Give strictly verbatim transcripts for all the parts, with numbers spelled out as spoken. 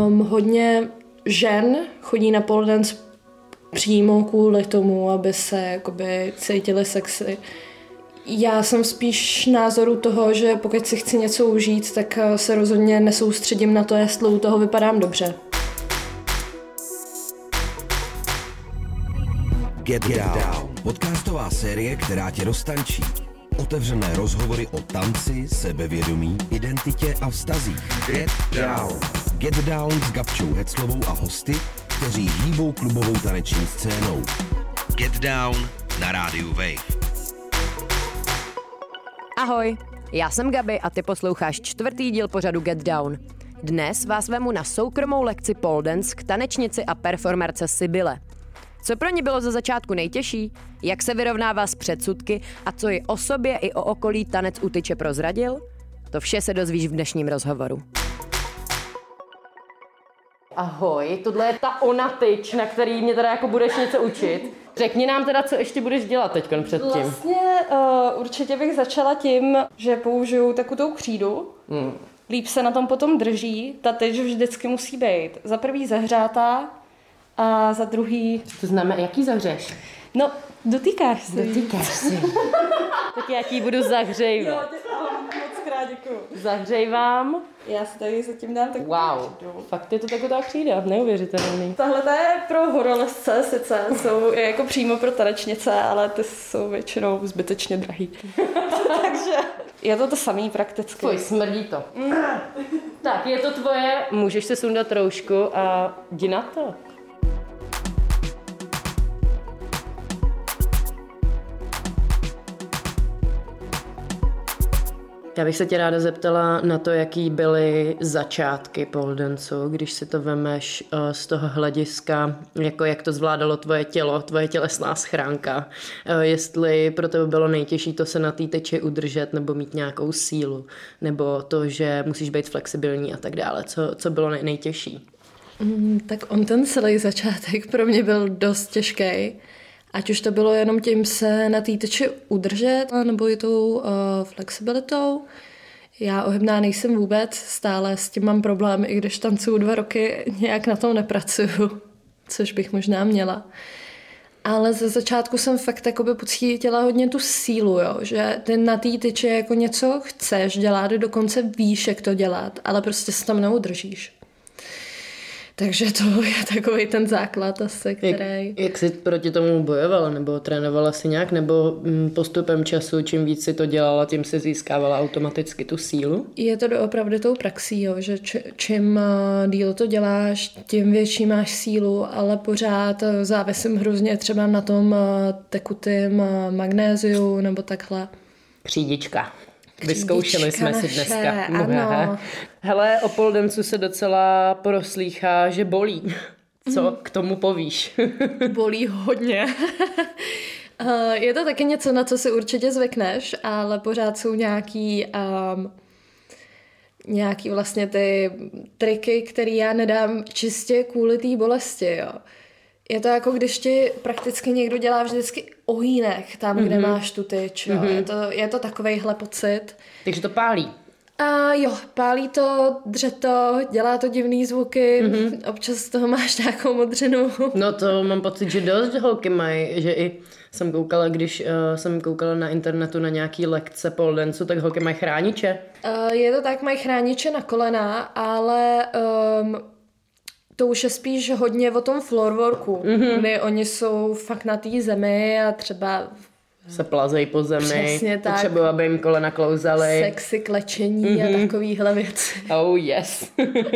Um, hodně žen chodí na pole dance přímo kvůli tomu, aby se jakoby cítili sexy. Já jsem spíš názoru toho, že pokud si chci něco užít, tak se rozhodně nesoustředím na to, jestli u toho vypadám dobře. Get Down. Podcastová série, která tě roztančí. Otevřené rozhovory o tanci, sebevědomí, identitě a vztazích. Get Down. Get Down s Gabčou Heclovou a hosty, kteří hýbou klubovou taneční scénou. Get Down na rádiu Wave. Ahoj, já jsem Gabi a ty posloucháš čtvrtý díl pořadu Get Down. Dnes vás vemu na soukromou lekci pole dance k tanečnici a performerce Sibyle. Co pro ní bylo ze začátku nejtěžší, jak se vyrovnává s předsudky a co ji o sobě i o okolí tanec u tyče prozradil? To vše se dozvíš v dnešním rozhovoru. Ahoj, tohle je ta ona tyč, na který mě teda jako budeš něco učit. Řekni nám teda, co ještě budeš dělat teďkon předtím. Vlastně uh, určitě bych začala tím, že použiju takovou křídu. Hmm. Líp se na tom potom drží. Ta tyč vždycky musí být za prvý zahřátá a za druhý... To znamená, jaký zahřeš? No, dotýkáš si. Dotýkáš si. Tak já ti budu zahřejvat. Jo, tě, ahoj, moc krát děkuju. Zahřejvám. Já si tady zatím dám takovou Wow, křídu. Fakt je to taková křída, neuvěřitelný. Tahle ta je pro horolezce sice, jsou je jako přímo pro tanečnice, ale ty jsou většinou zbytečně drahý. Takže je to to samý prakticky. Fuj, smrdí to. Mm. Tak, je to tvoje, můžeš si sundat roušku a jdi na to. Já bych se tě ráda zeptala na to, jaký byly začátky pole danceu, když si to vemeš z toho hlediska, jako jak to zvládalo tvoje tělo, tvoje tělesná schránka. Jestli pro tebe bylo nejtěžší to se na té tyči udržet nebo mít nějakou sílu, nebo to, že musíš být flexibilní a tak dále. Co, co bylo nej, nejtěžší? Mm, tak on ten celý začátek pro mě byl dost těžký. Ať už to bylo jenom tím se na té tyči udržet, nebo i tou uh, flexibilitou. Já ohybná nejsem vůbec, stále s tím mám problém, i když tancuju dva roky, nějak na tom nepracuju, což bych možná měla. Ale ze začátku jsem fakt jakoby pocítila hodně tu sílu, jo? Že ty na té tyči jako něco chceš dělat, dokonce víš, jak to dělat, ale prostě se tam neudržíš. Takže to je takový ten základ asi, který... Jak, jak jsi proti tomu bojovala, nebo trénovala si nějak, nebo postupem času, čím víc si to dělala, tím si získávala automaticky tu sílu? Je to opravdu tou praxí, jo, že č, čím díl to děláš, tím větší máš sílu, ale pořád závisím hrozně třeba na tom tekutým magnéziu nebo takhle. Křídička. Vyzkoušeli jsme si dneska. Ano. Hele, o pole danceu se docela proslýchá, že bolí. Co k tomu povíš? Bolí hodně. Je to taky něco, na co si určitě zvykneš, ale pořád jsou nějaký, um, nějaký vlastně ty triky, které já nedám čistě kvůli té bolesti, jo. Je to jako když ti prakticky někdo dělá vždycky ohýnek tam, mm-hmm. kde máš tu tyč. Jo. Mm-hmm. Je to, je to takovejhle pocit. Takže to pálí. A jo, pálí to, dře to, dělá to divný zvuky, mm-hmm. občas z toho máš nějakou modřinu. No to mám pocit, že dost holky mají, že i jsem koukala, když uh, jsem koukala na internetu na nějaký lekce pole danceu, tak holky mají chrániče. Uh, je to tak, mají chrániče na kolena, ale... Um, To už je spíš hodně o tom floorworku, mm-hmm. kdy oni jsou fakt na té zemi a třeba... Se plazejí po zemi, přesně tak. Potřebuji, aby jim kolena klouzaly. Sexy, klečení mm-hmm. a takovýhle věci. Oh yes.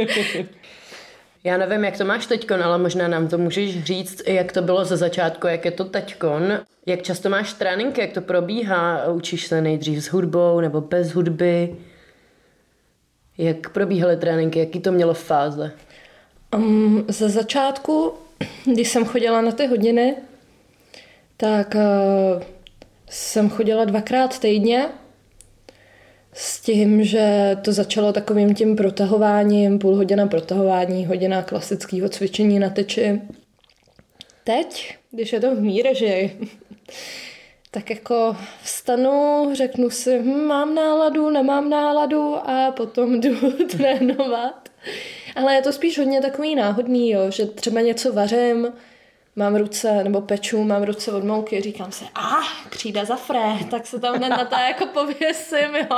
Já nevím, jak to máš teďkon, ale možná nám to můžeš říct, jak to bylo ze začátku, jak je to teďkon. Jak často máš tréninky, jak to probíhá? Učíš se nejdřív s hudbou nebo bez hudby? Jak probíhaly tréninky, jaký to mělo fáze? Um, ze začátku, když jsem chodila na ty hodiny, tak uh, jsem chodila dvakrát týdně s tím, že to začalo takovým tím protahováním, půl hodina protahování, hodina klasického cvičení na tyči. Teď, když je to v mý režii, tak jako vstanu, řeknu si, hm, mám náladu, nemám náladu a potom jdu trénovat. Ale je to spíš hodně takový náhodný, jo, že třeba něco vařím, mám ruce, nebo peču, mám ruce od mouky, říkám si, a ah, křída za fré, tak se tam na to jako pověsím, jo.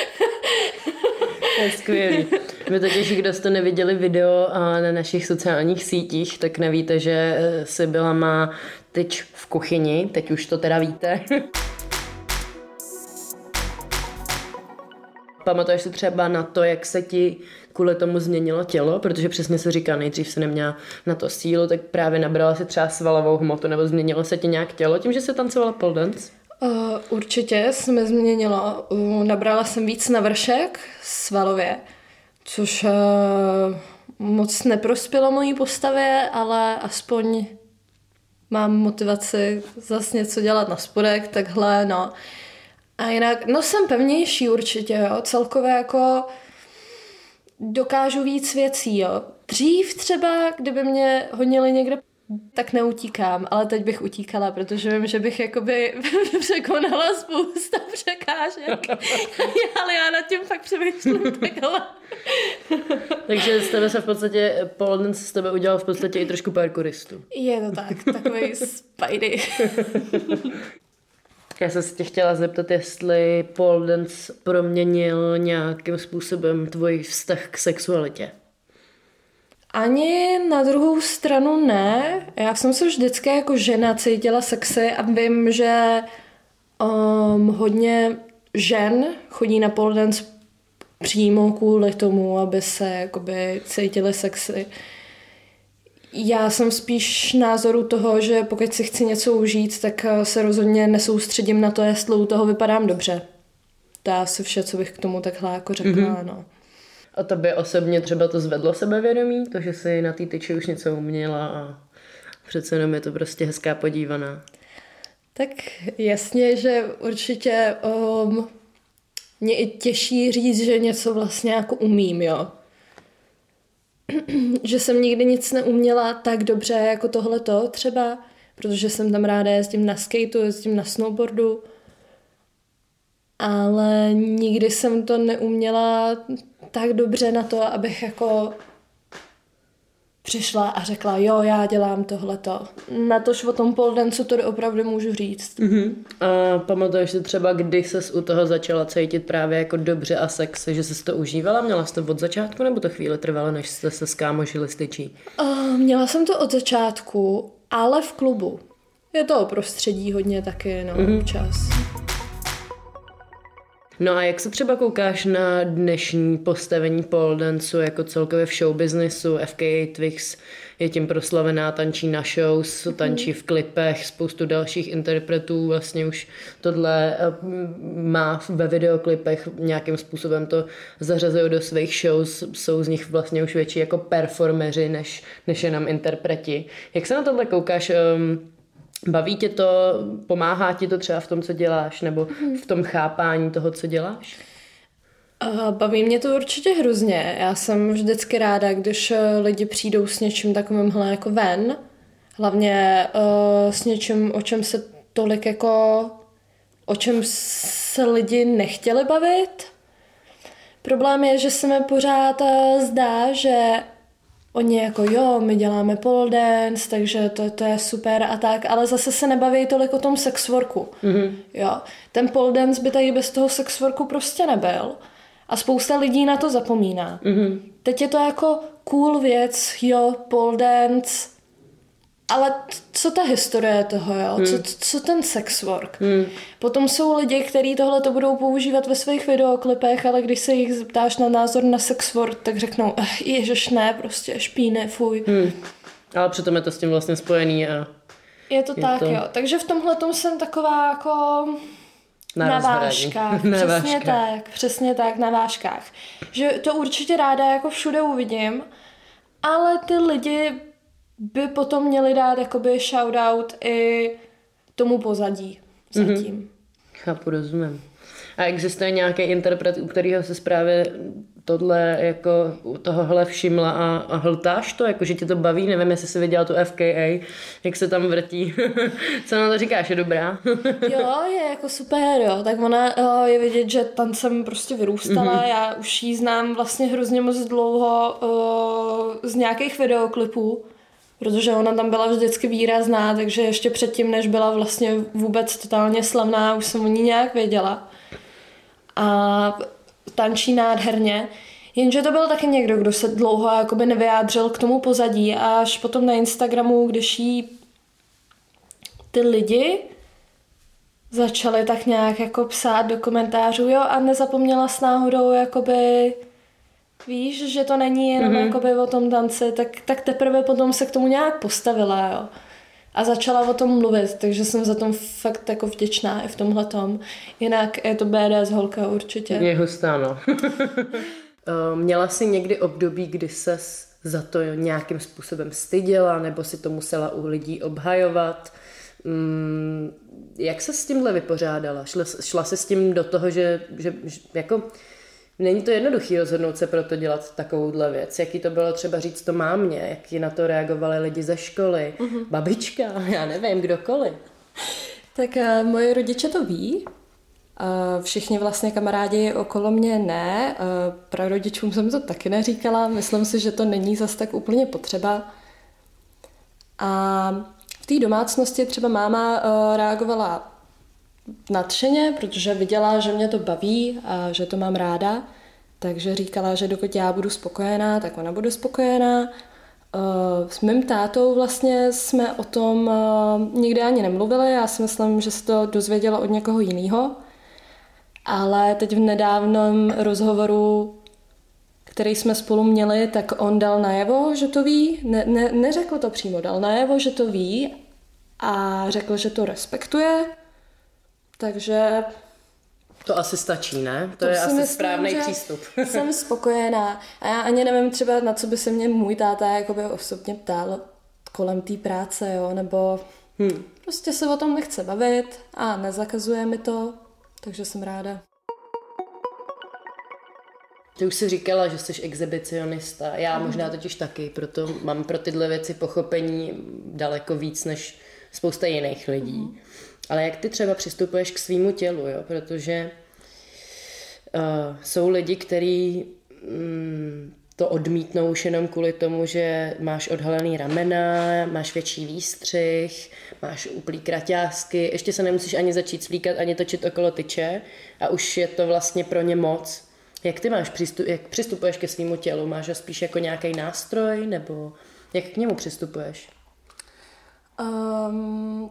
To je skvělý. Vy totiž, kdo jste neviděli video na našich sociálních sítích, tak nevíte, že Sibyla má tyč v kuchyni, teď už to teda víte. Pamatuješ si třeba na to, jak se ti kvůli tomu změnilo tělo? Protože přesně se říká, nejdřív se neměla na to sílu, tak právě nabrala si třeba svalovou hmotu, nebo změnilo se ti nějak tělo tím, že se tancovala pole dance? Uh, určitě se mi změnilo. Uh, nabrala jsem víc na vršek svalově, což uh, moc neprospělo mojí postavě, ale aspoň mám motivaci zase něco dělat na spodek, takhle, no. A jinak, no jsem pevnější určitě, jo, celkově jako dokážu víc věcí, jo. Dřív třeba, kdyby mě honili někde, tak neutíkám, ale teď bych utíkala, protože vím, že bych jakoby překonala spousta překážek. Ale já nad tím fakt přemýšlím takhle. Takže z tebe se v podstatě, pole dance z tebe udělal v podstatě i trošku parkouristu. Je to tak, takový Spidey. Já jsem se tě chtěla zeptat, jestli pole dance proměnil nějakým způsobem tvůj vztah k sexualitě. Ani na druhou stranu ne. Já jsem se vždycky jako žena cítila sexy a vím, že um, hodně žen chodí na pole dance přímo kvůli tomu, aby se jakoby cítili sexy. Já jsem spíš názoru toho, že pokud si chci něco užít, tak se rozhodně nesoustředím na to, jestli u toho vypadám dobře. To je asi vše, co bych k tomu takhle jako řekla, mm-hmm. no. A tobě osobně třeba to zvedlo sebevědomí? To, že jsi na té tyči už něco uměla a přece jenom je to prostě hezká podívaná. Tak jasně, že určitě um, mě i těší říct, že něco vlastně jako umím, jo. Že jsem nikdy nic neuměla tak dobře jako tohleto třeba, protože jsem tam ráda jezdím na skateu, jezdím na snowboardu, ale nikdy jsem to neuměla tak dobře na to, abych jako přišla a řekla, jo, já dělám tohleto. Natož o tom pole dance to opravdu můžu říct. Mm-hmm. A pamatuješ si třeba, kdy ses u toho začala cítit právě jako dobře a sexy, že jsi to užívala? Měla jsi to od začátku, nebo to chvíli trvalo, než jste se skámožili s tyčí? Uh, měla jsem to od začátku, ale v klubu. Je to o prostředí hodně taky, no, mm-hmm. čas. No a jak se třeba koukáš na dnešní postavení pole danceu jako celkově v showbiznesu? F K A Twigs je tím proslavená, tančí na shows, tančí v klipech, spoustu dalších interpretů vlastně už tohle má ve videoklipech, nějakým způsobem to zařazují do svých shows, jsou z nich vlastně už větší jako performeři, než, než jenom interpreti. Jak se na tohle koukáš? Baví tě to, pomáhá ti to třeba v tom, co děláš, nebo v tom chápání toho, co děláš? Baví mě to určitě hrozně. Já jsem vždycky ráda, když lidi přijdou s něčím takovýmhle jako ven. Hlavně uh, s něčím, o čem se tolik jako, o čem se lidi nechtěli bavit. Problém je, že se mi pořád uh, zdá, že oni jako jo, my děláme pole dance, takže to, to je super a tak, ale zase se nebaví tolik o tom sexworku. Mm-hmm. Jo. Ten pole dance by tady bez toho sexworku prostě nebyl. A spousta lidí na to zapomíná. Mm-hmm. Teď je to jako cool věc, jo, pole dance, ale t- co ta historie toho, jo? Mm. Co, co ten sexwork? Mm. Potom jsou lidi, kteří tohle to budou používat ve svých videoklipech, ale když se jich zeptáš na názor na sexwork, tak řeknou, eh, ježiš ne, prostě špíny, fuj. Mm. Ale přitom je to s tím vlastně spojený a... Je to je tak, to... jo. Takže v tomhletom jsem taková jako... Na, na vážkách, na přesně vážkách. tak, přesně tak, na vážkách. Že to určitě ráda jako všude uvidím, ale ty lidi by potom měli dát jakoby shoutout i tomu pozadí zatím. Mm-hmm. Chápu, rozumím. A existuje nějaký interpret, u kterého se právě tohle jako tohohle všimla a, a hltáš to, jako že tě to baví, nevím, jestli jsi viděla tu F K A, jak se tam vrtí. Co na to říkáš, je dobrá? Jo, je jako super, jo, tak ona jo, je vidět, že tam jsem prostě vyrůstala, mm-hmm. já už jí znám vlastně hrozně moc dlouho o, z nějakých videoklipů, protože ona tam byla vždycky výrazná, takže ještě předtím, než byla vlastně vůbec totálně slavná, už jsem o ní nějak věděla. A tančí nádherně, jenže to byl taky někdo, kdo se dlouho jakoby nevyjádřil k tomu pozadí a až potom na Instagramu, když jí ty lidi začali tak nějak jako psát do komentářů, jo, a nezapomněla s náhodou, jakoby, víš, že to není jenom mm-hmm. jakoby o tom tanci, tak, tak teprve potom se k tomu nějak postavila, jo. A začala o tom mluvit, takže jsem za tom fakt jako vděčná i v tomhletom. Jinak je to bé dé es holka určitě. Je hustá, no. Měla jsi někdy období, kdy ses za to nějakým způsobem styděla, nebo si to musela u lidí obhajovat? Jak se s tímhle vypořádala? Šla, šla jsi s tím do toho, že, že, že jako... Není to jednoduchý rozhodnout se pro to dělat takovouhle věc. Jaký to bylo třeba říct to mámě, jaký na to reagovali lidi ze školy, uh-huh. babička, já nevím, kdokoliv. Tak uh, moje rodiče to ví, uh, všichni vlastně kamarádi okolo mě ne, uh, prarodičům jsem to taky neříkala, myslím si, že to není zas tak úplně potřeba. A v té domácnosti třeba máma uh, reagovala nadšeně, protože viděla, že mě to baví a že to mám ráda, takže říkala, že dokud já budu spokojená, tak ona bude spokojená. S mým tátou vlastně jsme o tom nikdy ani nemluvili, já si myslím, že se to dozvěděla od někoho jiného, ale teď v nedávném rozhovoru, který jsme spolu měli, tak on dal najevo, že to ví, ne, ne, neřekl to přímo, dal najevo, že to ví a řekl, že to respektuje. Takže... To asi stačí, ne? To, to je asi myslím, správný přístup. Jsem spokojená. A já ani nevím třeba, na co by se mě můj táta jakoby osobně ptal kolem té práce, jo? Nebo hmm. prostě se o tom nechce bavit a nezakazuje mi to, takže jsem ráda. Ty už jsi říkala, že jsi exhibicionista. Já možná totiž taky, proto mám pro tyhle věci pochopení daleko víc než spousta jiných lidí. Mm. Ale jak ty třeba přistupuješ k svýmu tělu, jo? Protože uh, jsou lidi, kteří mm, to odmítnou už jenom kvůli tomu, že máš odhalený ramena, máš větší výstřih, máš uplý kraťásky, ještě se nemusíš ani začít svlíkat, ani točit okolo tyče a už je to vlastně pro ně moc. Jak ty máš přístup, jak přistupuješ ke svýmu tělu? Máš ho spíš jako nějaký nástroj, nebo jak k němu přistupuješ? Um...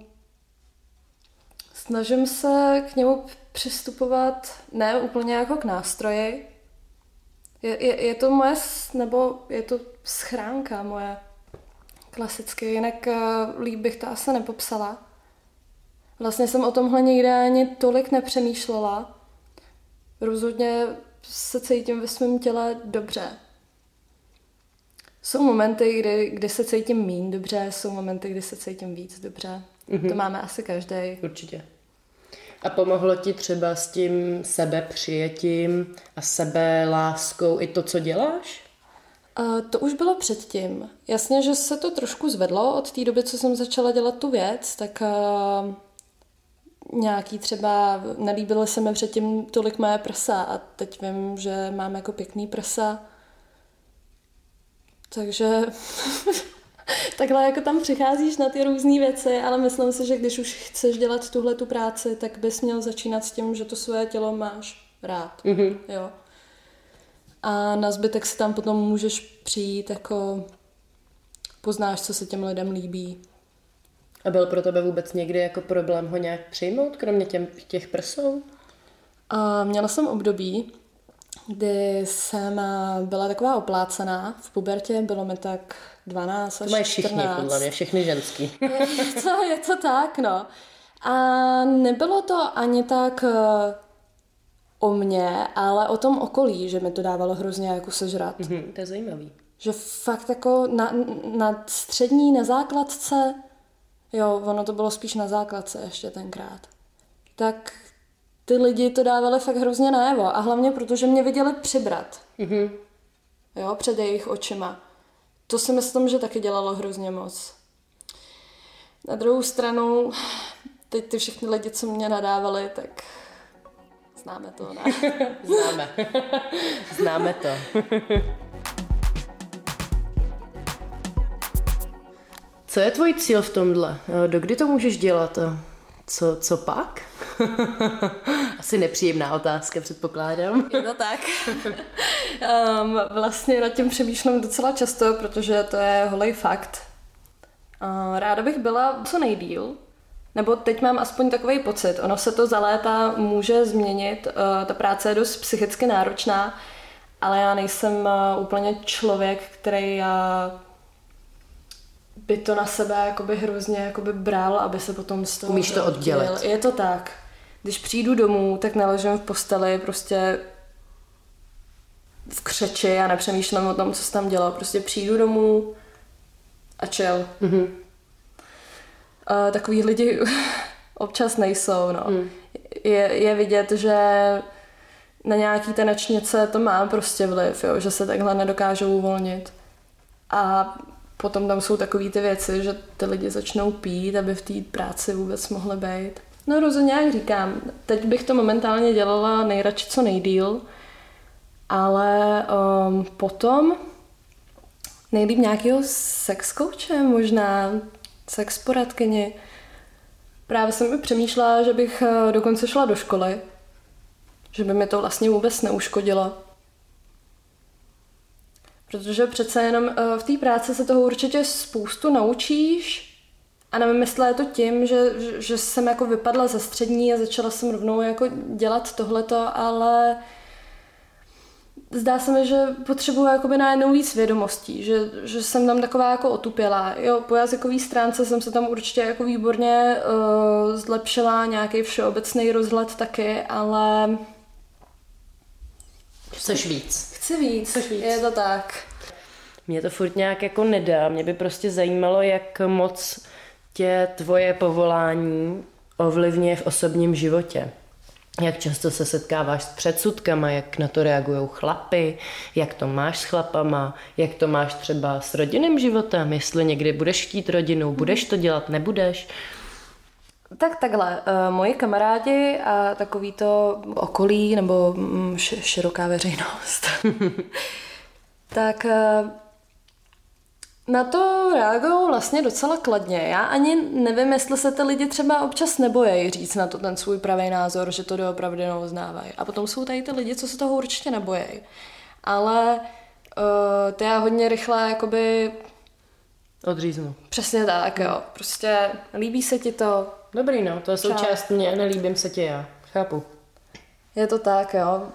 Snažím se k němu přistupovat ne úplně jako k nástroji. Je, je, je to moje, nebo je to schránka moje klasicky, jinak uh, líp bych to asi nepopsala. Vlastně jsem o tomhle nikdy ani tolik nepřemýšlela. Rozhodně se cítím ve svém těle dobře. Jsou momenty, kdy, kdy se cítím míň dobře, jsou momenty, kdy se cítím víc dobře. Mm-hmm. To máme asi každý. Určitě. A pomohlo ti třeba s tím sebepřijetím a sebeláskou i to, co děláš? Uh, to už bylo předtím. Jasně, že se to trošku zvedlo od té doby, co jsem začala dělat tu věc, tak uh, nějaký třeba nelíbilo se mi předtím tolik moje prsa a teď vím, že mám jako pěkný prsa. Takže takhle jako tam přicházíš na ty různé věci, ale myslím si, že když už chceš dělat tuhle tu práci, tak bys měl začínat s tím, že to své tělo máš rád. Mm-hmm. Jo. A na zbytek si tam potom můžeš přijít, jako poznáš, co se těm lidem líbí. A byl pro tebe vůbec někdy jako problém ho nějak přijmout, kromě těm, těch prsou? A měla jsem období, kdy jsem byla taková oplácená. V pubertě bylo mi tak dvanáct až čtrnáct. To mají všichni, podle mě, všechny ženský. Je to, je to tak, no. A nebylo to ani tak o mně, ale o tom okolí, že mi to dávalo hrozně jako sežrat. Mm-hmm, to je zajímavý. Že fakt jako na, na střední, na základce, jo, ono to bylo spíš na základce ještě tenkrát, tak ty lidi to dávali fakt hrozně najevo a hlavně protože mě viděli přibrat. Mm-hmm. Jo, před jejich očima. To si myslím, že taky dělalo hrozně moc. Na druhou stranu, teď ty všechny lidi, co mě nadávali, tak známe to, ne? Známe. Známe to. Co je tvůj cíl v tomhle? Dokdy to můžeš dělat? Co, co pak? Asi nepříjemná otázka, předpokládám. Je to tak. um, vlastně nad tím přemýšlím docela často, protože to je holej fakt. Uh, ráda bych byla co nejdýl, nebo teď mám aspoň takový pocit. Ono se to za léta může změnit, uh, ta práce je dost psychicky náročná, ale já nejsem uh, úplně člověk, který uh, by to na sebe jakoby hrozně jakoby bral, aby se potom z toho umíš to oddělit. Je to tak. Když přijdu domů, tak naležím v posteli prostě v křeči a nepřemýšlím o tom, co se tam dělá. Prostě přijdu domů a chill. Mm-hmm. A takový lidi občas nejsou, no. Mm. Je, je vidět, že na nějaký tanečnice to má prostě vliv, jo, že se takhle nedokážou uvolnit. A potom tam jsou takové ty věci, že ty lidi začnou pít, aby v té práci vůbec mohly být. No rozhodně, jak říkám, teď bych to momentálně dělala nejradši co nejdýl, ale um, potom nejlíp nějakého sex coache, možná sex poradkyni. Právě jsem i přemýšlela, že bych dokonce šla do školy, že by mi to vlastně vůbec neuškodilo. Protože přece jenom v té práci se toho určitě spoustu naučíš a nevím, jestli je to tím, že, že jsem jako vypadla ze střední a začala jsem rovnou jako dělat tohleto, ale zdá se mi, že potřebuji jakoby najednou víc vědomostí, že, že jsem tam taková jako otupělá. Jo, po jazykové stránce jsem se tam určitě jako výborně uh, zlepšila, nějaký všeobecný rozhled taky, ale chceš víc. Chci víc, Chceš víc. Je to tak. Mě to furt nějak jako nedá. Mě by prostě zajímalo, jak moc tě tvoje povolání ovlivňuje v osobním životě. Jak často se setkáváš s předsudkama, jak na to reagují chlapy, jak to máš s chlapama, jak to máš třeba s rodinným životem, jestli někdy budeš chtít rodinu, budeš to dělat, nebudeš. Tak takhle, uh, moji kamarádi a takový to okolí nebo mm, š- široká veřejnost, tak uh, na to reagují vlastně docela kladně. Já ani nevím, jestli se ty lidi třeba občas nebojí říct na to ten svůj pravý názor, že to doopravdy neuznávají. A potom jsou tady ty lidi, co se toho určitě nebojí. Ale uh, to já hodně rychle jakoby odříznu. Přesně tak, jo. Prostě líbí se ti to. Dobrý, no, to je součást mě, nelíbím se tě já. Chápu. Je to tak, jo.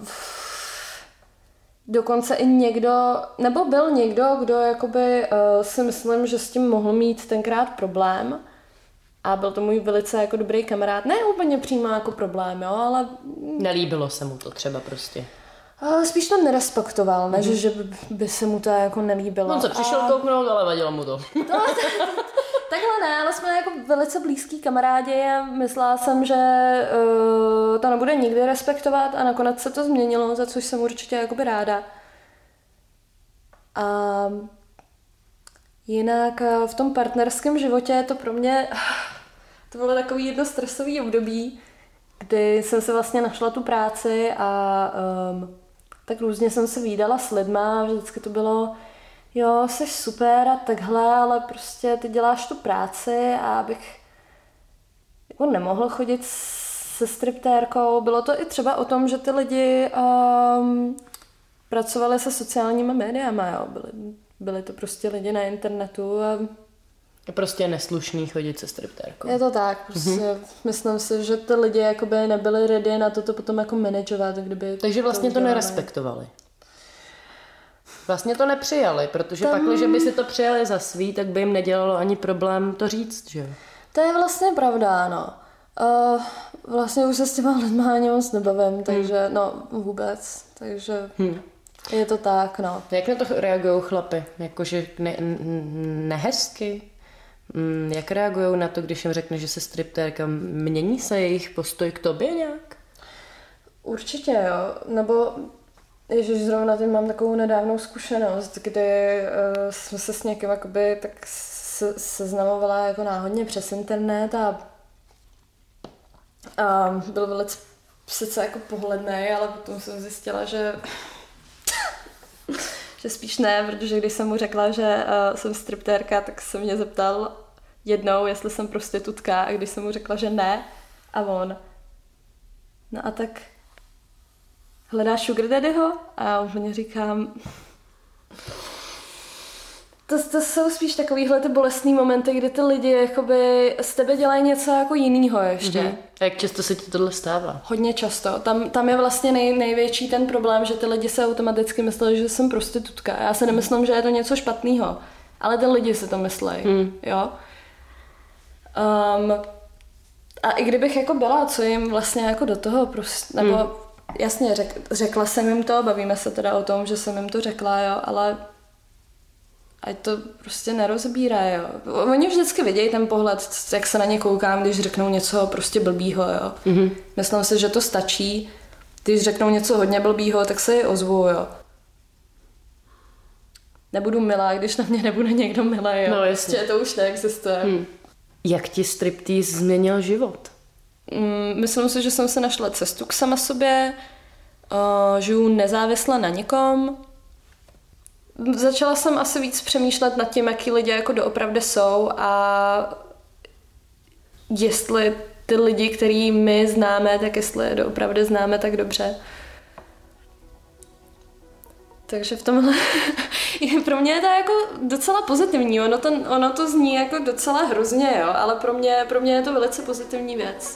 Dokonce i někdo, nebo byl někdo, kdo jakoby uh, si myslím, že s tím mohl mít tenkrát problém a byl to můj velice jako dobrý kamarád. Ne úplně přímo jako problém, jo, ale nelíbilo se mu to třeba prostě. Uh, spíš to nerespektoval, ne, mm-hmm. že, že by se mu to jako nelíbilo. On se přišel a kouknout, ale vadilo mu to. to, to takhle ne, ale jsme jako velice blízký kamarádi a myslela jsem, že uh, to nebude nikdy respektovat a nakonec se to změnilo, za což jsem určitě jakoby ráda. A jinak v tom partnerském životě to pro mě, to bylo takový jedno stresový období, kdy jsem se vlastně našla tu práci a um, tak různě jsem se vídala s lidma a vždycky to bylo jo, jsi super a takhle, ale prostě ty děláš tu práci a abych jako nemohl chodit se striptérkou. Bylo to i třeba o tom, že ty lidi um, pracovali se sociálními médiama, jo. Byli, byli to prostě lidi na internetu a je prostě neslušný chodit se striptérkou. Je to tak, prostě mm-hmm. myslím si, že ty lidi jakoby nebyli ready na to, to potom jako manažovat, kdyby takže vlastně to, to nerespektovali. Vlastně to nepřijali, protože Tam... pak, když by si to přijali za svý, tak by jim nedělalo ani problém to říct, že jo? To je vlastně pravda, no. Uh, vlastně už se s těma lidma ani moc nebavím, takže hmm. no vůbec, takže hmm. je to tak, no. Jak na to reagují chlapy? Jakože ne, nehezky? Jak reagují na to, když jim řekne, že se striptérka, mění se jejich postoj k tobě nějak? Určitě jo, nebo ježiš, zrovna tím mám takovou nedávnou zkušenost, kdy uh, jsme se s někým jakoby tak se, seznamovala jako náhodně přes internet a, a byl velice sice jako pohlednej, ale potom jsem zjistila, že že spíš ne, protože když jsem mu řekla, že uh, jsem striptérka, tak se mě zeptal jednou, jestli jsem prostitutka, a když jsem mu řekla, že ne, a on, no a tak hledáš sugar daddyho? A já úplně říkám, to, to jsou spíš takovýhle ty bolestný momenty, kdy ty lidi jakoby z tebe dělají něco jako jinýho ještě. Mm-hmm. A jak často se ti tohle stává? Hodně často. Tam, tam je vlastně nej, největší ten problém, že ty lidi se automaticky myslí, že jsem prostitutka. Já si nemyslím, že je to něco špatného, ale ty lidi si to myslí. Mm. Jo? Um, a i kdybych jako byla, co jim vlastně jako do toho prostě, nebo mm. jasně, řek, řekla jsem jim to, bavíme se teda o tom, že jsem jim to řekla, jo, ale ať to prostě nerozbírá, jo. Oni vždycky vidějí ten pohled, jak se na ně koukám, když řeknou něco prostě blbýho, jo. Mm-hmm. Myslím si, že to stačí. Když řeknou něco hodně blbýho, tak se ji ozvu, jo. Nebudu milá, když na mě nebude někdo milý, jo. No, jasně. Prostě to už neexistuje. Hmm. Jak ti striptease změnil život? Mm, myslím si, že jsem se našla cestu k sama sobě, uh, žiju nezávisle na nikom. Začala jsem asi víc přemýšlet nad tím, jaký lidi jako doopravdy jsou a jestli ty lidi, který my známe, tak jestli je doopravdy známe tak dobře. Takže v tomhle pro mě je to jako docela pozitivní. Ono to, ono to zní jako docela hrozně, jo, ale pro mě, pro mě je to velice pozitivní věc.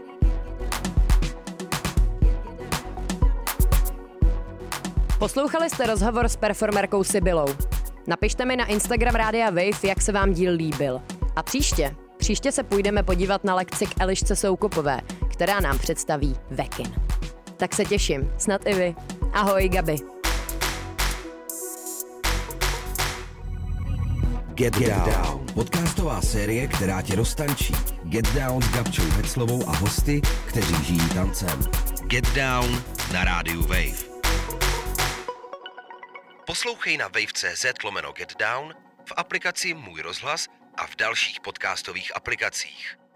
Poslouchali jste rozhovor s performerkou Sibylou. Napište mi na Instagram Rádia Wave, jak se vám díl líbil. A příště, příště se půjdeme podívat na lekci k Elišce Soukopové, která nám představí Vekin. Tak se těším, snad i vy. Ahoj, Gabi. Get, Get Down. Down. Podcastová série, která tě roztančí. Get Down s Gabčou Heclovou a hosty, kteří žijí tancem. Get Down na rádiu Wave. Poslouchej na wave tečka cé zet lomeno Get Down, v aplikaci Můj rozhlas a v dalších podcastových aplikacích.